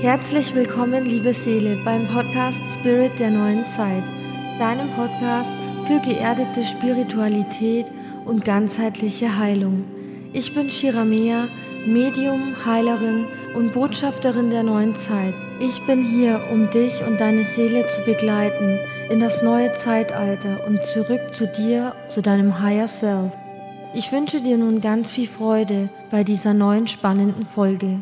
Herzlich willkommen, liebe Seele, beim Podcast Spirit der neuen Zeit, deinem Podcast für geerdete Spiritualität und ganzheitliche Heilung. Ich bin Shiramea, Medium, Heilerin und Botschafterin der neuen Zeit. Ich bin hier, um dich und deine Seele zu begleiten in das neue Zeitalter und zurück zu dir, zu deinem Higher Self. Ich wünsche dir nun ganz viel Freude bei dieser neuen spannenden Folge.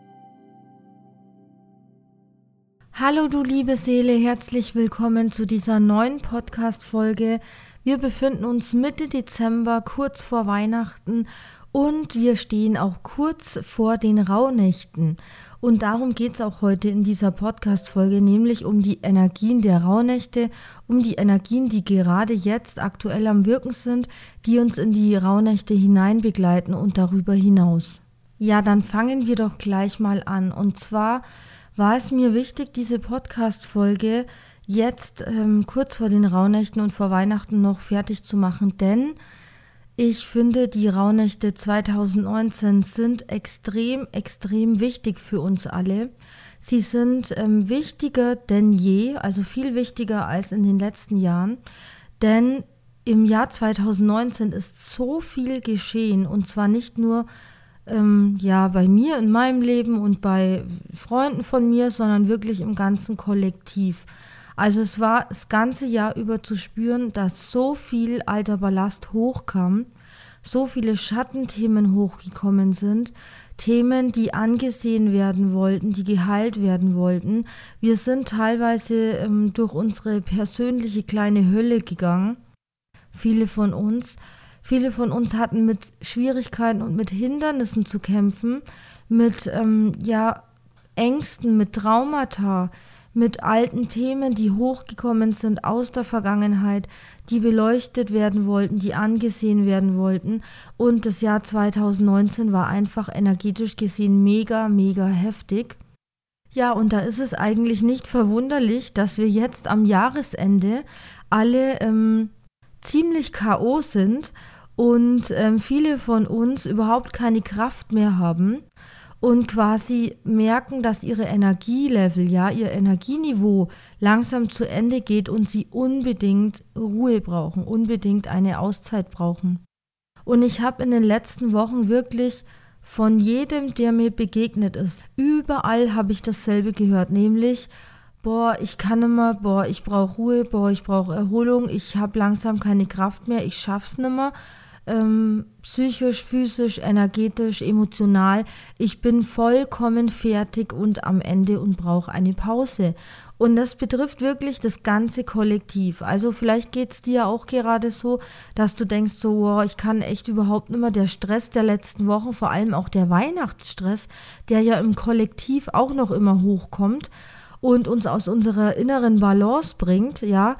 Hallo du liebe Seele, herzlich willkommen zu dieser neuen Podcast-Folge. Wir befinden uns Mitte Dezember, kurz vor Weihnachten und wir stehen auch kurz vor den Rauhnächten. Und darum geht es auch heute in dieser Podcast-Folge, nämlich um die Energien der Rauhnächte, um die Energien, die gerade jetzt aktuell am Wirken sind, die uns in die Rauhnächte hinein begleiten und darüber hinaus. Ja, dann fangen wir doch gleich mal an. Und zwar war es mir wichtig, diese Podcast-Folge jetzt kurz vor den Rauhnächten und vor Weihnachten noch fertig zu machen, denn ich finde, die Rauhnächte 2019 sind extrem wichtig für uns alle. Sie sind wichtiger denn je, also viel wichtiger als in den letzten Jahren, denn im Jahr 2019 ist so viel geschehen und zwar nicht nur bei mir in meinem Leben und bei Freunden von mir, sondern wirklich im ganzen Kollektiv. Also es war das ganze Jahr über zu spüren, dass so viel alter Ballast hochkam, so viele Schattenthemen hochgekommen sind, Themen, die angesehen werden wollten, die geheilt werden wollten. Wir sind teilweise durch unsere persönliche kleine Hölle gegangen, viele von uns. Viele von uns hatten mit Schwierigkeiten und mit Hindernissen zu kämpfen, mit Ängsten, mit Traumata, mit alten Themen, die hochgekommen sind aus der Vergangenheit, die beleuchtet werden wollten, die angesehen werden wollten. Und das Jahr 2019 war einfach energetisch gesehen mega heftig. Ja, und da ist es eigentlich nicht verwunderlich, dass wir jetzt am Jahresende alle ziemlich K.O. sind und viele von uns überhaupt keine Kraft mehr haben und quasi merken, dass ihre Energielevel, ihr Energieniveau langsam zu Ende geht und sie unbedingt Ruhe brauchen, unbedingt eine Auszeit brauchen. Und ich habe in den letzten Wochen wirklich von jedem, der mir begegnet ist, überall habe ich dasselbe gehört, nämlich ich kann nicht mehr, ich brauche Ruhe, ich brauche Erholung, ich habe langsam keine Kraft mehr, ich schaff's nicht mehr, psychisch, physisch, energetisch, emotional, ich bin vollkommen fertig und am Ende und brauche eine Pause. Und das betrifft wirklich das ganze Kollektiv. Also vielleicht geht's dir auch gerade so, dass du denkst ich kann echt überhaupt nicht mehr, der Stress der letzten Wochen, vor allem auch der Weihnachtsstress, der ja im Kollektiv auch noch immer hochkommt, und uns aus unserer inneren Balance bringt,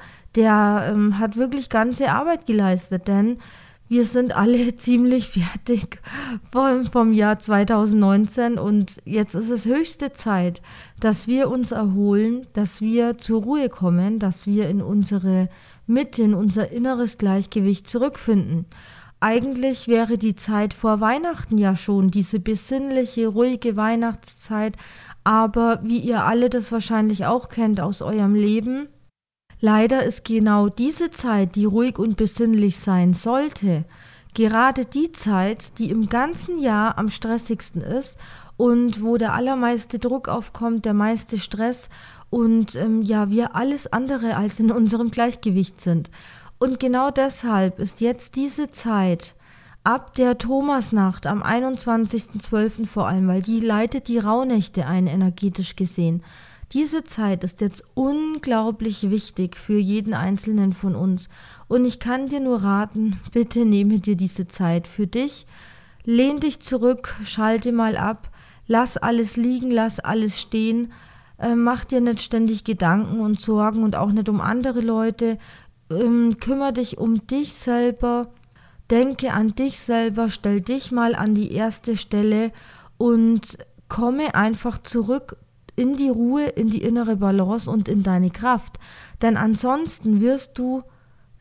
der hat wirklich ganze Arbeit geleistet, denn wir sind alle ziemlich fertig vom Jahr 2019 und jetzt ist es höchste Zeit, dass wir uns erholen, dass wir zur Ruhe kommen, dass wir in unsere Mitte, in unser inneres Gleichgewicht zurückfinden. Eigentlich wäre die Zeit vor Weihnachten ja schon diese besinnliche, ruhige Weihnachtszeit, aber wie ihr alle das wahrscheinlich auch kennt aus eurem Leben, leider ist genau diese Zeit, die ruhig und besinnlich sein sollte, gerade die Zeit, die im ganzen Jahr am stressigsten ist und wo der allermeiste Druck aufkommt, der meiste Stress und wir alles andere als in unserem Gleichgewicht sind. Und genau deshalb ist jetzt diese Zeit ab der Thomasnacht am 21.12. vor allem, weil die leitet die Rauhnächte ein, energetisch gesehen. Diese Zeit ist jetzt unglaublich wichtig für jeden Einzelnen von uns. Und ich kann dir nur raten, bitte nehme dir diese Zeit für dich. Lehn dich zurück, schalte mal ab, lass alles liegen, lass alles stehen. Mach dir nicht ständig Gedanken und Sorgen und auch nicht um andere Leute. Kümmere dich um dich selber. Denke an dich selber, stell dich mal an die erste Stelle und komme einfach zurück in die Ruhe, in die innere Balance und in deine Kraft. Denn ansonsten wirst du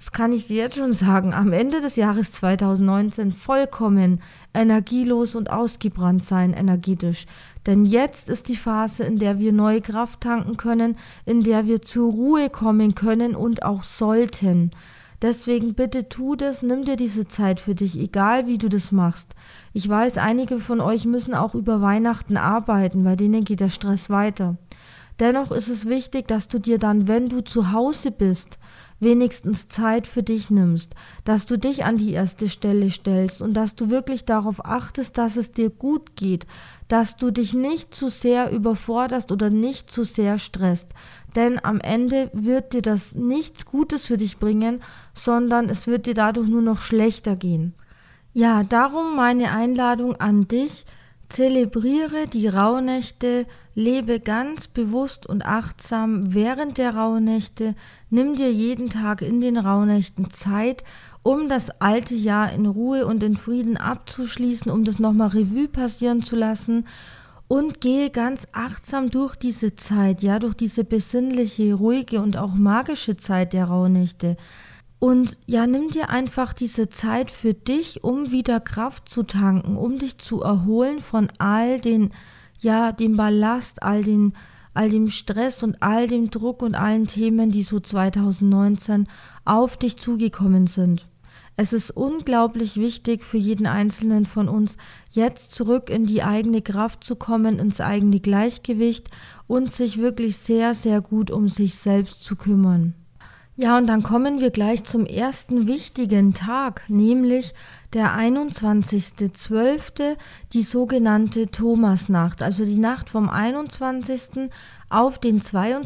das kann ich dir jetzt schon sagen, am Ende des Jahres 2019 vollkommen energielos und ausgebrannt sein energetisch. Denn jetzt ist die Phase, in der wir neue Kraft tanken können, in der wir zur Ruhe kommen können und auch sollten. Deswegen bitte tu das, nimm dir diese Zeit für dich, egal wie du das machst. Ich weiß, einige von euch müssen auch über Weihnachten arbeiten, bei denen geht der Stress weiter. Dennoch ist es wichtig, dass du dir dann, wenn du zu Hause bist, wenigstens Zeit für dich nimmst, dass du dich an die erste Stelle stellst und dass du wirklich darauf achtest, dass es dir gut geht, dass du dich nicht zu sehr überforderst oder nicht zu sehr stresst, denn am Ende wird dir das nichts Gutes für dich bringen, sondern es wird dir dadurch nur noch schlechter gehen. Ja, darum meine Einladung an dich: Zelebriere die Rauhnächte, lebe ganz bewusst und achtsam während der Rauhnächte, nimm dir jeden Tag in den Rauhnächten Zeit, um das alte Jahr in Ruhe und in Frieden abzuschließen, um das nochmal Revue passieren zu lassen und gehe ganz achtsam durch diese Zeit, ja, durch diese besinnliche, ruhige und auch magische Zeit der Rauhnächte. Und ja, nimm dir einfach diese Zeit für dich, um wieder Kraft zu tanken, um dich zu erholen von all den, ja, dem Ballast, all dem Stress und all dem Druck und allen Themen, die so 2019 auf dich zugekommen sind. Es ist unglaublich wichtig für jeden Einzelnen von uns, jetzt zurück in die eigene Kraft zu kommen, ins eigene Gleichgewicht und sich wirklich sehr, sehr gut um sich selbst zu kümmern. Ja, und dann kommen wir gleich zum ersten wichtigen Tag, nämlich der 21.12., die sogenannte Thomasnacht, also die Nacht vom 21. auf den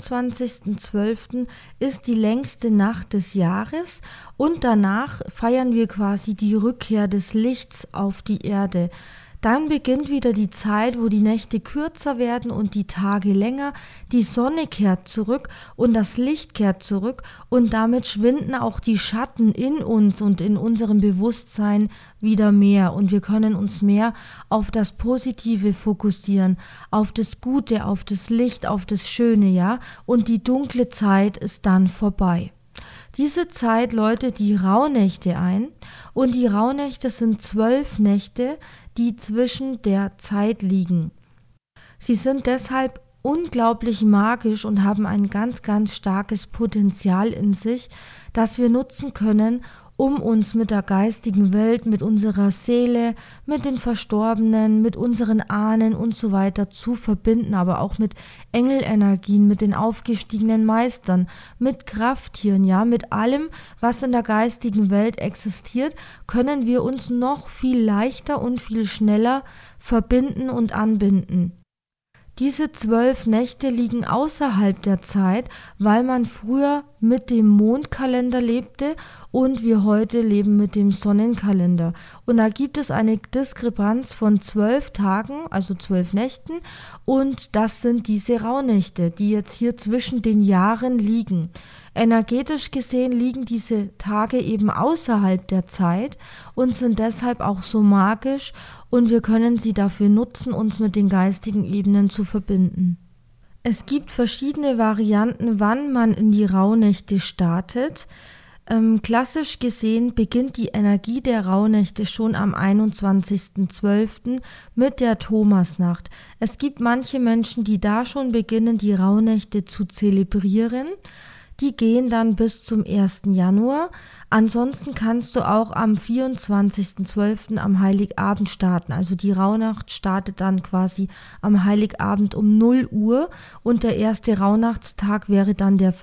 22.12. ist die längste Nacht des Jahres und danach feiern wir quasi die Rückkehr des Lichts auf die Erde. Dann beginnt wieder die Zeit, wo die Nächte kürzer werden und die Tage länger, die Sonne kehrt zurück und das Licht kehrt zurück und damit schwinden auch die Schatten in uns und in unserem Bewusstsein wieder mehr und wir können uns mehr auf das Positive fokussieren, auf das Gute, auf das Licht, auf das Schöne, ja, und die dunkle Zeit ist dann vorbei. Diese Zeit läutet die Rauhnächte ein und die Rauhnächte sind 12 Nächte, die zwischen der Zeit liegen. Sie sind deshalb unglaublich magisch und haben ein ganz, ganz starkes Potenzial in sich, das wir nutzen können, um uns mit der geistigen Welt, mit unserer Seele, mit den Verstorbenen, mit unseren Ahnen und so weiter zu verbinden, aber auch mit Engelenergien, mit den aufgestiegenen Meistern, mit Krafttieren, ja, mit allem, was in der geistigen Welt existiert, können wir uns noch viel leichter und viel schneller verbinden und anbinden. Diese 12 Nächte liegen außerhalb der Zeit, weil man früher mit dem Mondkalender lebte und wir heute leben mit dem Sonnenkalender. Und da gibt es eine Diskrepanz von 12 Tagen, also 12 Nächten, und das sind diese Rauhnächte, die jetzt hier zwischen den Jahren liegen. Energetisch gesehen liegen diese Tage eben außerhalb der Zeit und sind deshalb auch so magisch und wir können sie dafür nutzen, uns mit den geistigen Ebenen zu verbinden. Es gibt verschiedene Varianten, wann man in die Rauhnächte startet. Klassisch gesehen beginnt die Energie der Rauhnächte schon am 21.12. mit der Thomasnacht. Es gibt manche Menschen, die da schon beginnen, die Rauhnächte zu zelebrieren. Die gehen dann bis zum 1. Januar. Ansonsten kannst du auch am 24.12. am Heiligabend starten. Also die Rauhnacht startet dann quasi am Heiligabend um 0 Uhr und der erste Rauhnachtstag wäre dann der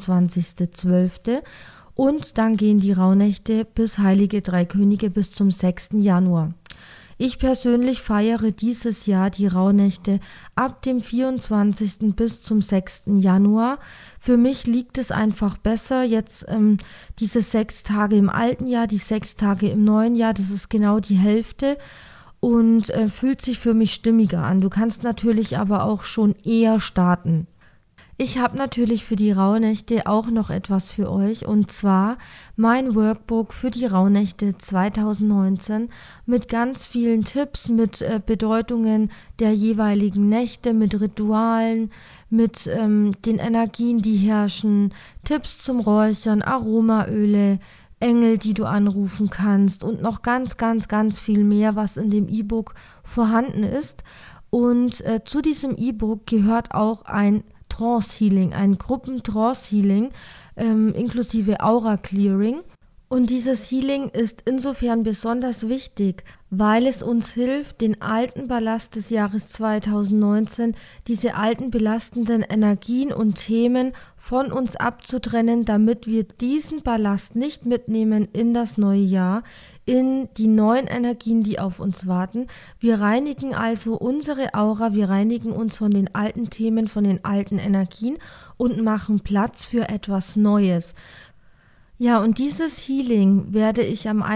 25.12. Und dann gehen die Rauhnächte bis Heilige Drei Könige bis zum 6. Januar. Ich persönlich feiere dieses Jahr die Rauhnächte ab dem 24. bis zum 6. Januar. Für mich liegt es einfach besser, jetzt diese 6 Tage im alten Jahr, die 6 Tage im neuen Jahr, das ist genau die Hälfte und fühlt sich für mich stimmiger an. Du kannst natürlich aber auch schon eher starten. Ich habe natürlich für die Rauhnächte auch noch etwas für euch, und zwar mein Workbook für die Rauhnächte 2019 mit ganz vielen Tipps, mit Bedeutungen der jeweiligen Nächte, mit Ritualen, mit den Energien, die herrschen, Tipps zum Räuchern, Aromaöle, Engel, die du anrufen kannst und noch ganz, ganz, ganz viel mehr, was in dem E-Book vorhanden ist. Und zu diesem E-Book gehört auch ein Trance-Healing, ein Gruppen-Trance-Healing inklusive Aura-Clearing. Und dieses Healing ist insofern besonders wichtig, weil es uns hilft, den alten Ballast des Jahres 2019, diese alten belastenden Energien und Themen von uns abzutrennen, damit wir diesen Ballast nicht mitnehmen in das neue Jahr, in die neuen Energien, die auf uns warten. Wir reinigen also unsere Aura, wir reinigen uns von den alten Themen, von den alten Energien und machen Platz für etwas Neues. Ja, und dieses Healing werde ich am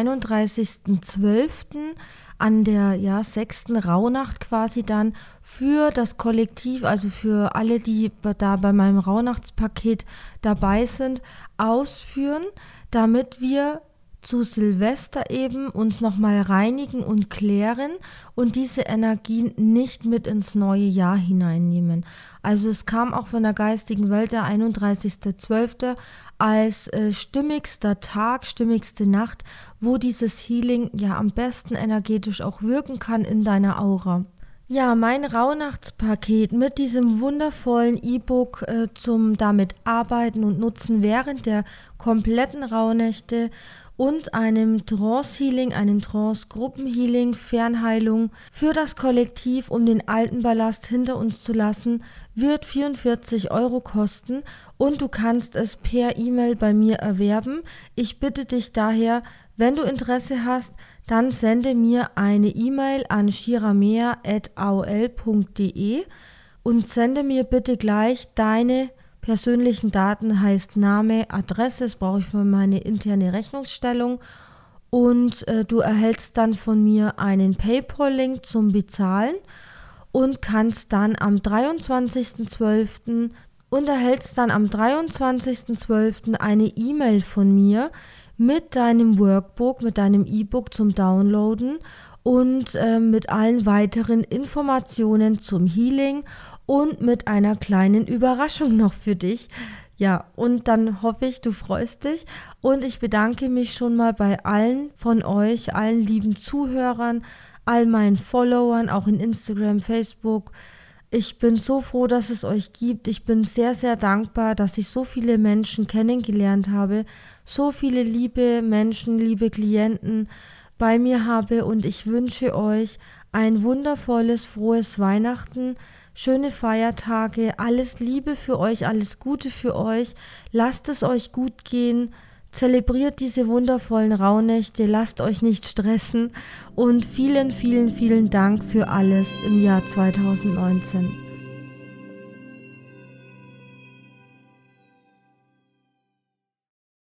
31.12. an der 6. Rauhnacht quasi dann für das Kollektiv, also für alle, die da bei meinem Rauhnachtspaket dabei sind, ausführen, damit wir zu Silvester eben uns nochmal reinigen und klären und diese Energien nicht mit ins neue Jahr hineinnehmen. Also es kam auch von der geistigen Welt der 31.12. als stimmigster Tag, stimmigste Nacht, wo dieses Healing ja am besten energetisch auch wirken kann in deiner Aura. Ja, mein Rauhnachtspaket mit diesem wundervollen E-Book zum damit arbeiten und nutzen während der kompletten Rauhnächte und einem Trance-Healing, einem Trance-Gruppen-Healing, Fernheilung für das Kollektiv, um den alten Ballast hinter uns zu lassen, wird 44 € kosten und du kannst es per E-Mail bei mir erwerben. Ich bitte dich daher, wenn du Interesse hast, dann sende mir eine E-Mail an shiramea@aol.de und sende mir bitte gleich deine persönlichen Daten, heißt Name, Adresse, das brauche ich für meine interne Rechnungsstellung, und du erhältst dann von mir einen PayPal-Link zum Bezahlen und kannst dann am 23.12. eine E-Mail von mir mit deinem Workbook, mit deinem E-Book zum Downloaden und mit allen weiteren Informationen zum Healing und mit einer kleinen Überraschung noch für dich. Ja, und dann hoffe ich, du freust dich, und ich bedanke mich schon mal bei allen von euch, allen lieben Zuhörern, all meinen Followern, auch in Instagram, Facebook. Ich bin so froh, dass es euch gibt. Ich bin sehr, sehr dankbar, dass ich so viele Menschen kennengelernt habe, so viele liebe Menschen, liebe Klienten bei mir habe, und ich wünsche euch ein wundervolles, frohes Weihnachten, schöne Feiertage, alles Liebe für euch, alles Gute für euch, lasst es euch gut gehen, zelebriert diese wundervollen Rauhnächte, lasst euch nicht stressen und vielen, vielen, vielen Dank für alles im Jahr 2019.